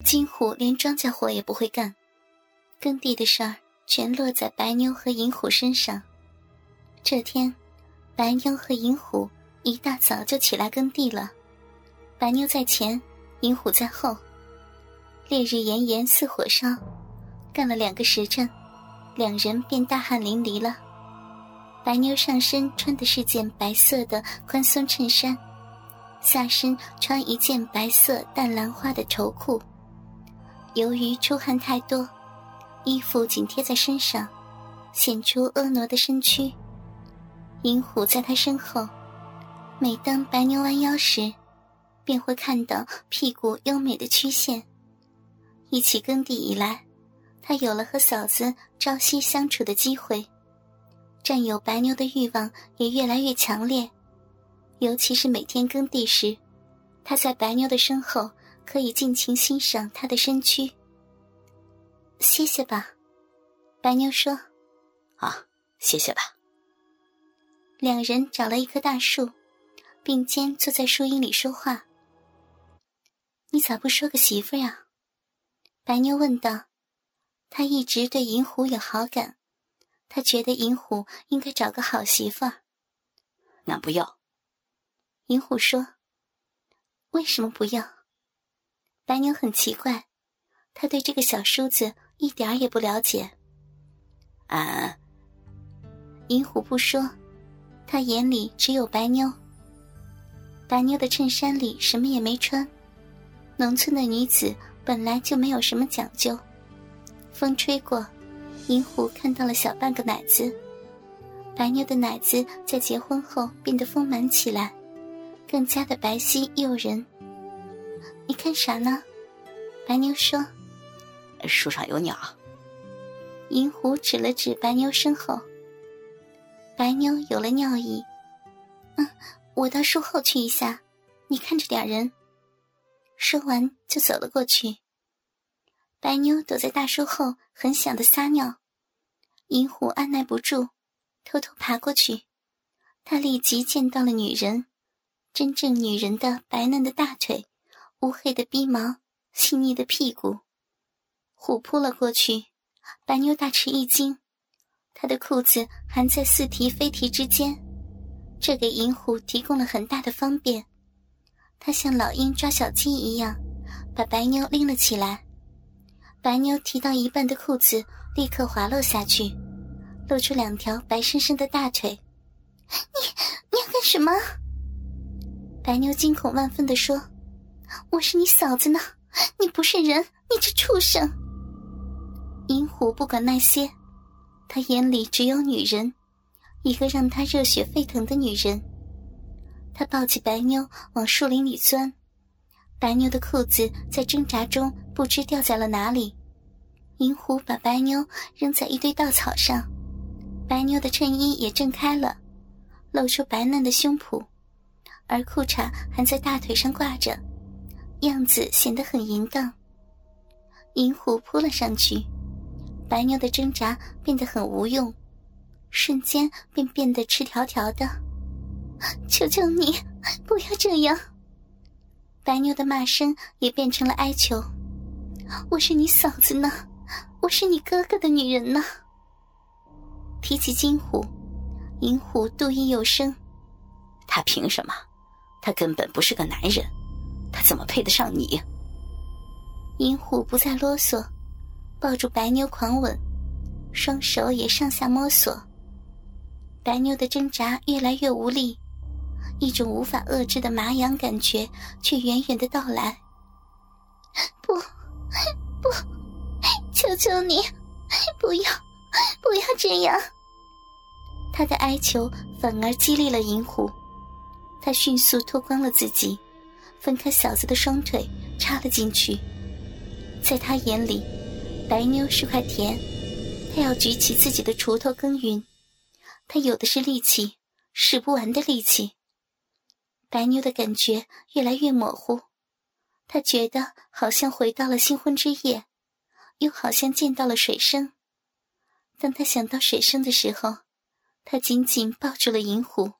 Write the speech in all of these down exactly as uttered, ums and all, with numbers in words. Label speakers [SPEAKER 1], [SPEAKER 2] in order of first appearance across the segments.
[SPEAKER 1] 金虎连庄稼活也不会干，耕地的事儿全落在白妞和银虎身上。这天，白妞和银虎一大早就起来耕地了，白妞在前，银虎在后。烈日炎炎似火烧，干了两个时辰，两人便大汗淋漓了。白妞上身穿的是件白色的宽松衬衫，下身穿一件白色淡蓝花的绸裤。由于出汗太多，衣服紧贴在身上，显出婀娜的身躯。银虎在她身后，每当白妞弯腰时，便会看到屁股优美的曲线。一起耕地以来，他有了和嫂子朝夕相处的机会，占有白妞的欲望也越来越强烈。尤其是每天耕地时，他在白妞的身后可以尽情欣赏她的身躯。谢谢吧，白妞说。
[SPEAKER 2] 啊，谢谢吧。
[SPEAKER 1] 两人找了一棵大树，并肩坐在树荫里说话。你咋不说个媳妇呀？白妞问道。她一直对银虎有好感，她觉得银虎应该找个好媳妇儿。
[SPEAKER 2] 俺不要。
[SPEAKER 1] 银虎说。为什么不要？白妞很奇怪，她对这个小叔子一点儿也不了解。
[SPEAKER 2] 俺……
[SPEAKER 1] 银虎不说，他眼里只有白妞。白妞的衬衫里什么也没穿，农村的女子本来就没有什么讲究。风吹过，银虎看到了小半个奶子。白妞的奶子在结婚后变得丰满起来，更加的白皙诱人。你看啥呢？白妞说。
[SPEAKER 2] 树上有鸟。
[SPEAKER 1] 银虎指了指白妞身后。白妞有了尿意。嗯，我到树后去一下，你看着点人。说完就走了过去。白妞躲在大树后很想的撒尿，银虎按耐不住，偷偷爬过去。他立即见到了女人，真正女人的白嫩的大腿，乌黑的逼毛，细腻的屁股。虎扑了过去，白妞大吃一惊，她的裤子还在似蹄非蹄之间，这给银虎提供了很大的方便。他像老鹰抓小鸡一样，把白妞拎了起来。白妞提到一半的裤子立刻滑落下去，露出两条白生生的大腿。你你要干什么？白妞惊恐万分地说。我是你嫂子呢，你不是人，你这畜生！银虎不管那些，他眼里只有女人，一个让他热血沸腾的女人。他抱起白妞往树林里钻，白妞的裤子在挣扎中不知掉在了哪里。银虎把白妞扔在一堆稻草上，白妞的衬衣也挣开了，露出白嫩的胸脯，而裤衩还在大腿上挂着，样子显得很淫荡。银虎扑了上去，白妞的挣扎变得很无用，瞬间便变得赤条条的。求求你不要这样！白妞的骂声也变成了哀求。我是你嫂子呢，我是你哥哥的女人呢。提起金虎，银虎妒意又生。
[SPEAKER 2] 他凭什么？他根本不是个男人，他怎么配得上你？
[SPEAKER 1] 银虎不再啰嗦，抱住白妞狂吻，双手也上下摸索。白妞的挣扎越来越无力，一种无法遏制的麻痒感觉却远远地到来。不不，求求你不要不要这样！他的哀求反而激励了银虎，他迅速脱光了自己，分开嫂子的双腿插了进去。在他眼里，白妞是块田，他要举起自己的锄头耕耘，他有的是力气，使不完的力气。白妞的感觉越来越模糊，她觉得好像回到了新婚之夜，又好像见到了水生。当她想到水生的时候，她紧紧抱住了银虎。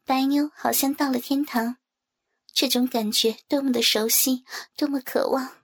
[SPEAKER 1] 白妞好像到了天堂，这种感觉多么的熟悉，多么渴望。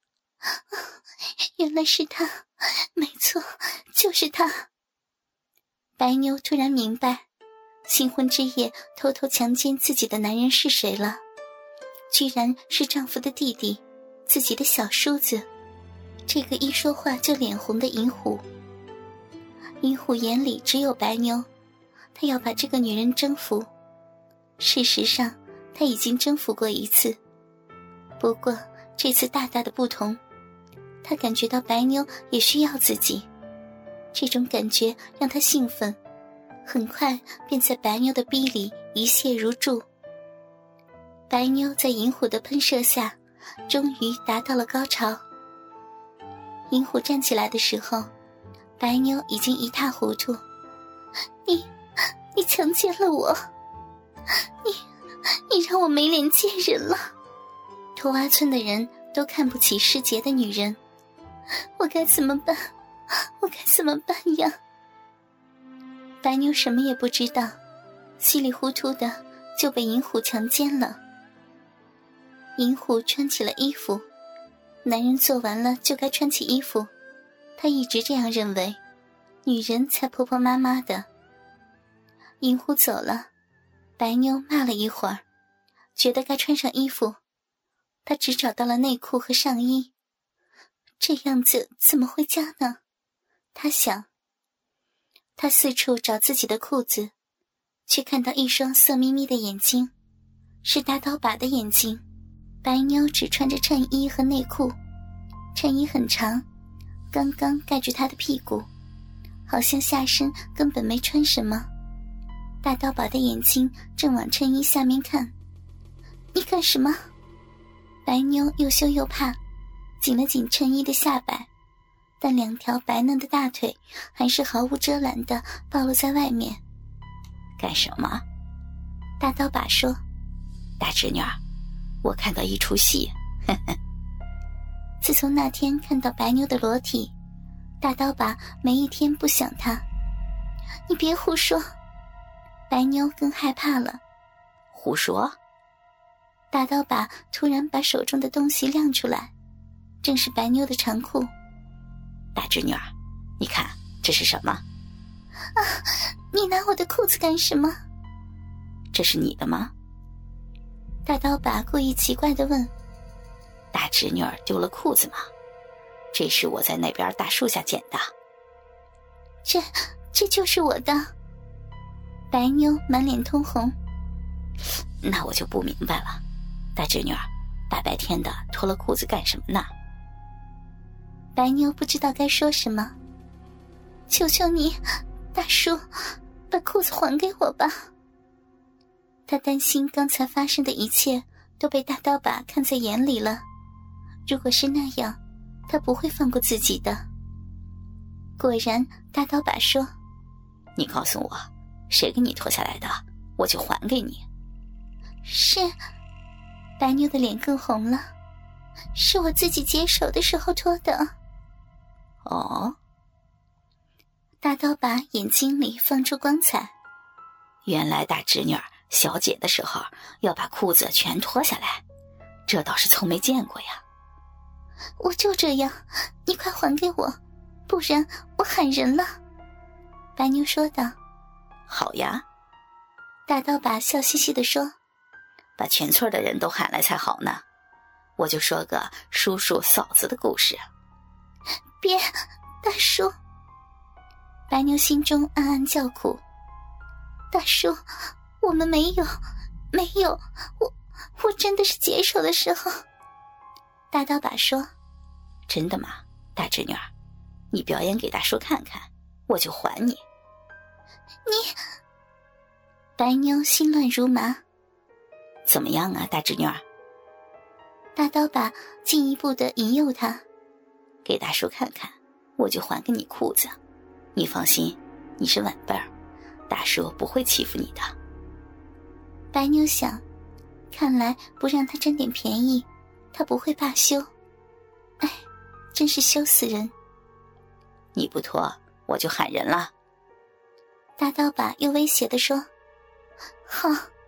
[SPEAKER 1] 原来是他，没错，就是他。白妞突然明白，新婚之夜偷偷强奸自己的男人是谁了，居然是丈夫的弟弟，自己的小叔子，这个一说话就脸红的银虎。银虎眼里只有白妞，他要把这个女人征服。事实上他已经征服过一次，不过这次大大的不同，他感觉到白妞也需要自己，这种感觉让他兴奋，很快便在白妞的逼里一泻如注。白妞在银虎的喷射下终于达到了高潮。银虎站起来的时候，白妞已经一塌糊涂。你你强奸了我，你你让我没脸见人了。托娃村的人都看不起失节的女人，我该怎么办？我该怎么办呀？白妞什么也不知道，稀里糊涂的就被银虎强奸了。银虎穿起了衣服，男人做完了就该穿起衣服，他一直这样认为，女人才婆婆妈妈的。银虎走了，白妞骂了一会儿，觉得该穿上衣服，她只找到了内裤和上衣，这样子怎么回家呢？她想。她四处找自己的裤子，却看到一双色眯眯的眼睛，是大刀把的眼睛。白妞只穿着衬衣和内裤，衬衣很长，刚刚盖住她的屁股，好像下身根本没穿什么。大刀把的眼睛正往衬衣下面看。你干什么？白妞又羞又怕，紧了紧衬衣的下摆，但两条白嫩的大腿还是毫无遮拦地暴露在外面。
[SPEAKER 2] 干什么？
[SPEAKER 1] 大刀把说。
[SPEAKER 2] 大侄女儿，我看到一出戏。呵呵。
[SPEAKER 1] 自从那天看到白妞的裸体，大刀把没一天不想她。你别胡说。白妞更害怕了。
[SPEAKER 2] 胡说？
[SPEAKER 1] 大刀把突然把手中的东西亮出来，正是白妞的长裤。
[SPEAKER 2] 大侄女儿，你看这是什么？
[SPEAKER 1] 啊，你拿我的裤子干什么？
[SPEAKER 2] 这是你的吗？
[SPEAKER 1] 大刀把故意奇怪地问。
[SPEAKER 2] 大侄女儿丢了裤子吗？这是我在那边大树下捡的。
[SPEAKER 1] 这这就是我的。白妞满脸通红。
[SPEAKER 2] 那我就不明白了，大侄女儿，大白天的脱了裤子干什么呢？
[SPEAKER 1] 白妞不知道该说什么。求求你，大叔，把裤子还给我吧。他担心刚才发生的一切都被大刀把看在眼里了，如果是那样，他不会放过自己的。果然，大刀把说：
[SPEAKER 2] 你告诉我，谁给你脱下来的，我就还给你。
[SPEAKER 1] 是。白妞的脸更红了。是我自己解手的时候脱的。
[SPEAKER 2] 哦。
[SPEAKER 1] 大刀把眼睛里放出光彩。
[SPEAKER 2] 原来大侄女儿小姐的时候要把裤子全脱下来，这倒是从没见过呀。
[SPEAKER 1] 我就这样，你快还给我，不然我喊人了。白妞说道。
[SPEAKER 2] 好呀。
[SPEAKER 1] 大刀把笑嘻嘻地说。
[SPEAKER 2] 把全村的人都喊来才好呢，我就说个叔叔嫂子的故事。
[SPEAKER 1] 别，大叔。白妞心中暗暗叫苦。大叔，我们没有没有我我真的是解手的时候。大刀把说。
[SPEAKER 2] 真的吗？大侄女儿，你表演给大叔看看，我就还你。
[SPEAKER 1] 你。白妞心乱如麻。
[SPEAKER 2] 怎么样啊，大侄女儿？
[SPEAKER 1] 大刀把进一步的引诱他。
[SPEAKER 2] 给大叔看看，我就还给你裤子。你放心，你是晚辈儿，大叔不会欺负你的。
[SPEAKER 1] 白妞想，看来不让他占点便宜，他不会罢休。哎，真是羞死人。
[SPEAKER 2] 你不脱，我就喊人了。
[SPEAKER 1] 大刀把又威胁地说。好。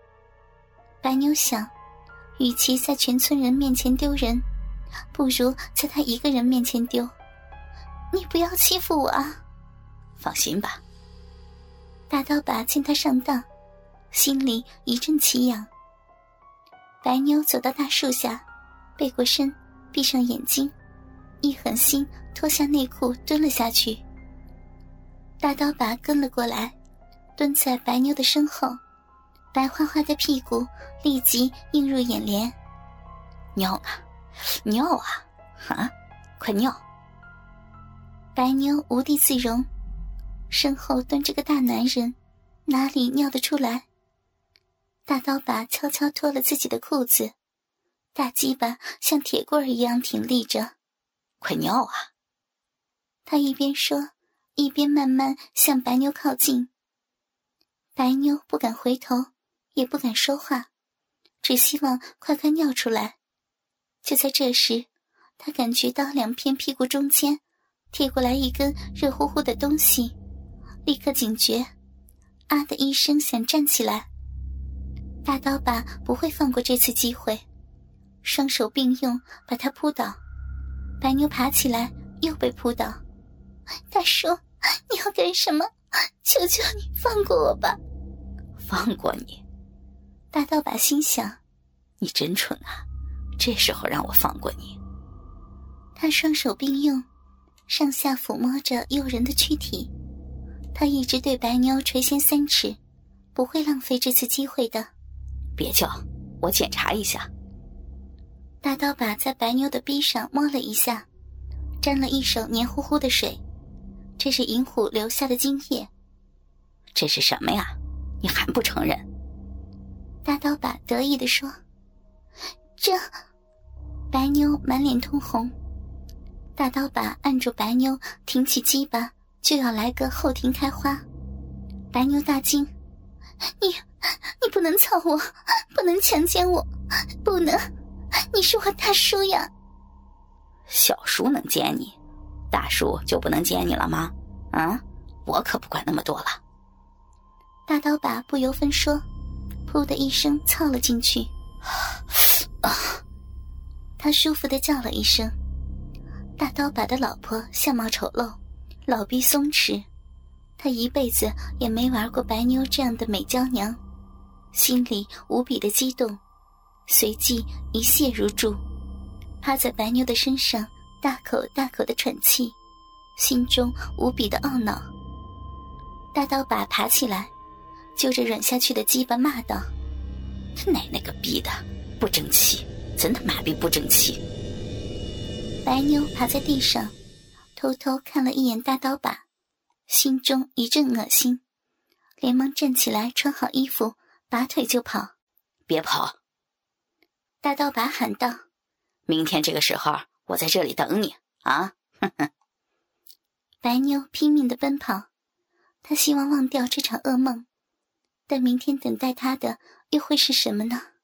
[SPEAKER 1] 白妞想，与其在全村人面前丢人，不如在他一个人面前丢。你不要欺负我啊！
[SPEAKER 2] 放心吧。
[SPEAKER 1] 大刀把见他上当，心里一阵奇痒。白妞走到大树下，背过身，闭上眼睛，一狠心脱下内裤蹲了下去。大刀把跟了过来，蹲在白妞的身后，白花花的屁股立即映入眼帘。
[SPEAKER 2] 尿呢？尿啊！啊，快尿！
[SPEAKER 1] 白妞无地自容，身后蹲着个大男人，哪里尿得出来？大刀把悄悄脱了自己的裤子，大鸡巴像铁棍一样挺立着。
[SPEAKER 2] 快尿啊！
[SPEAKER 1] 他一边说，一边慢慢向白妞靠近。白妞不敢回头，也不敢说话，只希望快快尿出来。就在这时，他感觉到两片屁股中间贴过来一根热乎乎的东西，立刻警觉，啊的一声想站起来。大刀把不会放过这次机会，双手并用把他扑倒。白妞爬起来又被扑倒。大叔，你要干什么？求求你放过我吧。
[SPEAKER 2] 放过你？
[SPEAKER 1] 大刀把心想，
[SPEAKER 2] 你真蠢啊，这时候让我放过你。
[SPEAKER 1] 他双手并用，上下抚摸着诱人的躯体。他一直对白妞垂涎三尺，不会浪费这次机会的。
[SPEAKER 2] 别叫，我检查一下。
[SPEAKER 1] 大刀把在白妞的逼上摸了一下，沾了一手黏糊糊的水，这是银虎留下的精液。
[SPEAKER 2] 这是什么呀？你还不承认？
[SPEAKER 1] 大刀把得意地说。这……白妞满脸通红。大刀把按住白妞，挺起鸡巴就要来个后庭开花。白妞大惊，你你不能操我，不能强奸我，不能，你是我大叔呀。
[SPEAKER 2] 小叔能奸你，大叔就不能奸你了吗？啊，我可不管那么多了。
[SPEAKER 1] 大刀把不由分说，噗的一声操了进去。啊！他舒服地叫了一声。大刀把的老婆相貌丑陋，老逼松弛，他一辈子也没玩过白妞这样的美娇娘，心里无比的激动，随即一泻如注，趴在白妞的身上大口大口的喘气，心中无比的懊恼。大刀把爬起来，就着软下去的鸡巴骂道：
[SPEAKER 2] 奶奶个逼的，不争气，真他妈逼不争气。
[SPEAKER 1] 白妞趴在地上，偷偷看了一眼大刀把，心中一阵恶心，连忙站起来穿好衣服，拔腿就跑。
[SPEAKER 2] 别跑！
[SPEAKER 1] 大刀把喊道：
[SPEAKER 2] 明天这个时候我在这里等你啊！哼哼。
[SPEAKER 1] 白妞拼命地奔跑，她希望忘掉这场噩梦，但明天等待她的又会是什么呢？